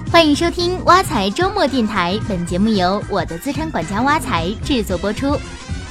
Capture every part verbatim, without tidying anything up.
欢迎收听挖财周末电台，本节目由我的资产管家挖财制作播出。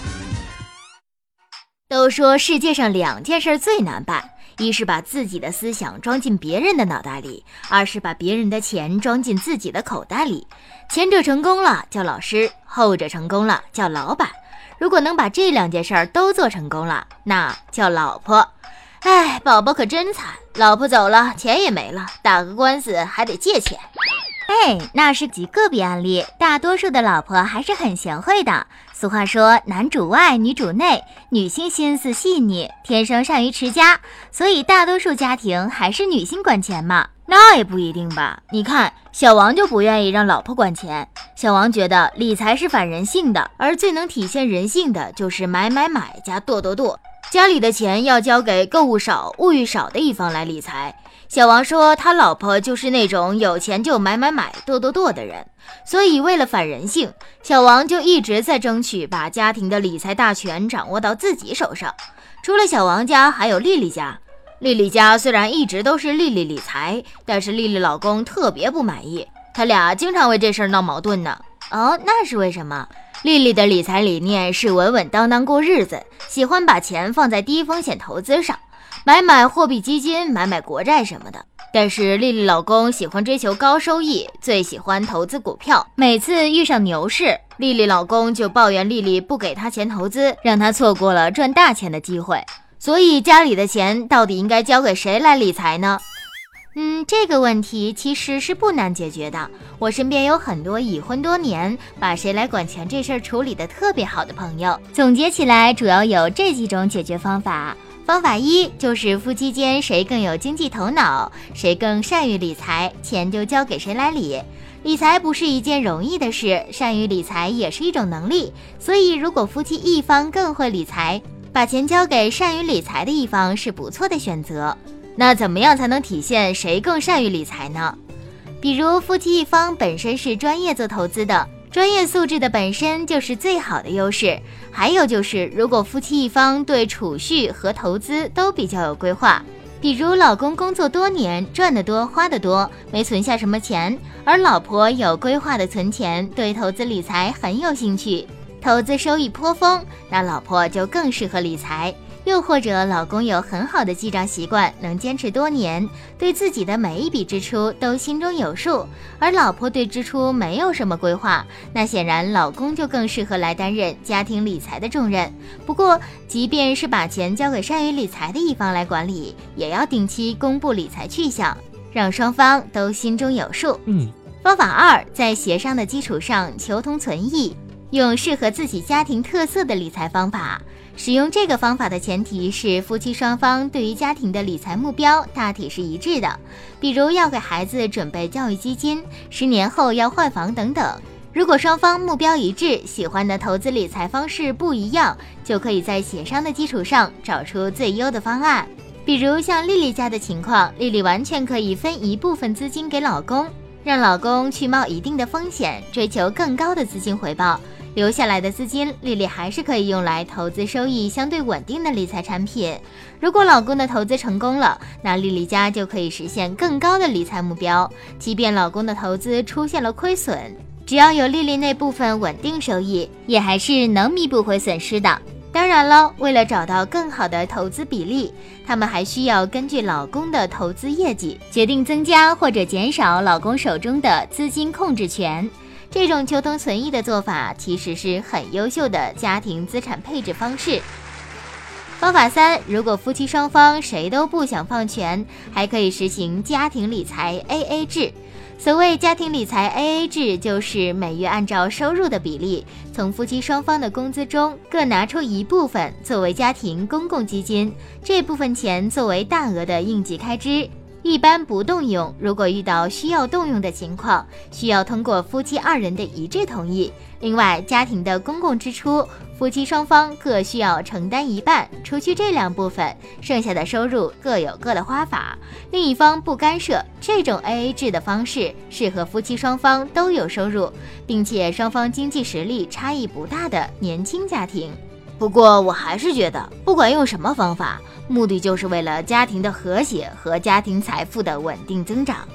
都说世界上两件事最难办，一是把自己的思想装进别人的脑袋里，二是把别人的钱装进自己的口袋里。前者成功了叫老师，后者成功了叫老板。如果能把这两件事都做成功了，那叫老婆。哎，宝宝可真惨，老婆走了，钱也没了，打个官司还得借钱。哎，那是极个别案例，大多数的老婆还是很贤惠的。俗话说，男主外女主内，女性心思细腻，天生善于持家，所以大多数家庭还是女性管钱嘛。那也不一定吧，你看小王就不愿意让老婆管钱。小王觉得理财是反人性的，而最能体现人性的就是买买买加剁剁剁，家里的钱要交给购物少物欲少的一方来理财。小王说他老婆就是那种有钱就买买买剁剁剁的人，所以为了反人性，小王就一直在争取把家庭的理财大权掌握到自己手上。除了小王家，还有丽丽家。丽丽家虽然一直都是丽丽理财，但是丽丽老公特别不满意，他俩经常为这事儿闹矛盾呢。哦，那是为什么？丽丽的理财理念是稳稳当当过日子，喜欢把钱放在低风险投资上，买买货币基金，买买国债什么的。但是丽丽老公喜欢追求高收益，最喜欢投资股票，每次遇上牛市，丽丽老公就抱怨丽丽不给他钱投资，让他错过了赚大钱的机会。所以家里的钱到底应该交给谁来理财呢？嗯，这个问题其实是不难解决的。我身边有很多已婚多年，把谁来管钱这事儿处理得特别好的朋友。总结起来主要有这几种解决方法。方法一就是夫妻间谁更有经济头脑，谁更善于理财，钱就交给谁来理。理财不是一件容易的事，善于理财也是一种能力，所以如果夫妻一方更会理财，把钱交给善于理财的一方是不错的选择。那怎么样才能体现谁更善于理财呢？比如夫妻一方本身是专业做投资的，专业素质的本身就是最好的优势。还有就是如果夫妻一方对储蓄和投资都比较有规划，比如老公工作多年，赚得多花得多，没存下什么钱，而老婆有规划的存钱，对投资理财很有兴趣，投资收益颇丰，那老婆就更适合理财。又或者老公有很好的记账习惯，能坚持多年，对自己的每一笔支出都心中有数，而老婆对支出没有什么规划，那显然老公就更适合来担任家庭理财的重任。不过即便是把钱交给善于理财的一方来管理，也要定期公布理财去向，让双方都心中有数。嗯，方法二，在协商的基础上求同存异，用适合自己家庭特色的理财方法。使用这个方法的前提是夫妻双方对于家庭的理财目标大体是一致的，比如要给孩子准备教育基金，十年后要换房等等。如果双方目标一致，喜欢的投资理财方式不一样，就可以在协商的基础上找出最优的方案。比如像丽丽家的情况，丽丽完全可以分一部分资金给老公，让老公去冒一定的风险，追求更高的资金回报。留下来的资金，丽丽还是可以用来投资收益相对稳定的理财产品。如果老公的投资成功了，那丽丽家就可以实现更高的理财目标。即便老公的投资出现了亏损，只要有丽丽那部分稳定收益，也还是能弥补回损失的。当然了，为了找到更好的投资比例，他们还需要根据老公的投资业绩，决定增加或者减少老公手中的资金控制权。这种求同存异的做法其实是很优秀的家庭资产配置方式。方法三，如果夫妻双方谁都不想放权，还可以实行家庭理财 A A 制。所谓家庭理财 A A 制，就是每月按照收入的比例，从夫妻双方的工资中各拿出一部分作为家庭公共基金，这部分钱作为大额的应急开支，一般不动用，如果遇到需要动用的情况，需要通过夫妻二人的一致同意。另外，家庭的公共支出，夫妻双方各需要承担一半，除去这两部分，剩下的收入各有各的花法，另一方不干涉。这种 A A 制的方式适合夫妻双方都有收入，并且双方经济实力差异不大的年轻家庭。不过我还是觉得，不管用什么方法，目的就是为了家庭的和谐和家庭财富的稳定增长。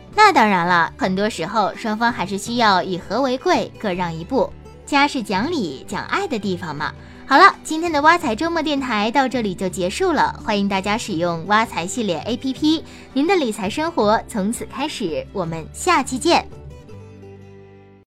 那当然了，很多时候双方还是需要以和为贵，各让一步。家是讲理讲爱的地方嘛。好了，今天的挖财周末电台到这里就结束了，欢迎大家使用挖财系列 A P P， 您的理财生活从此开始，我们下期见。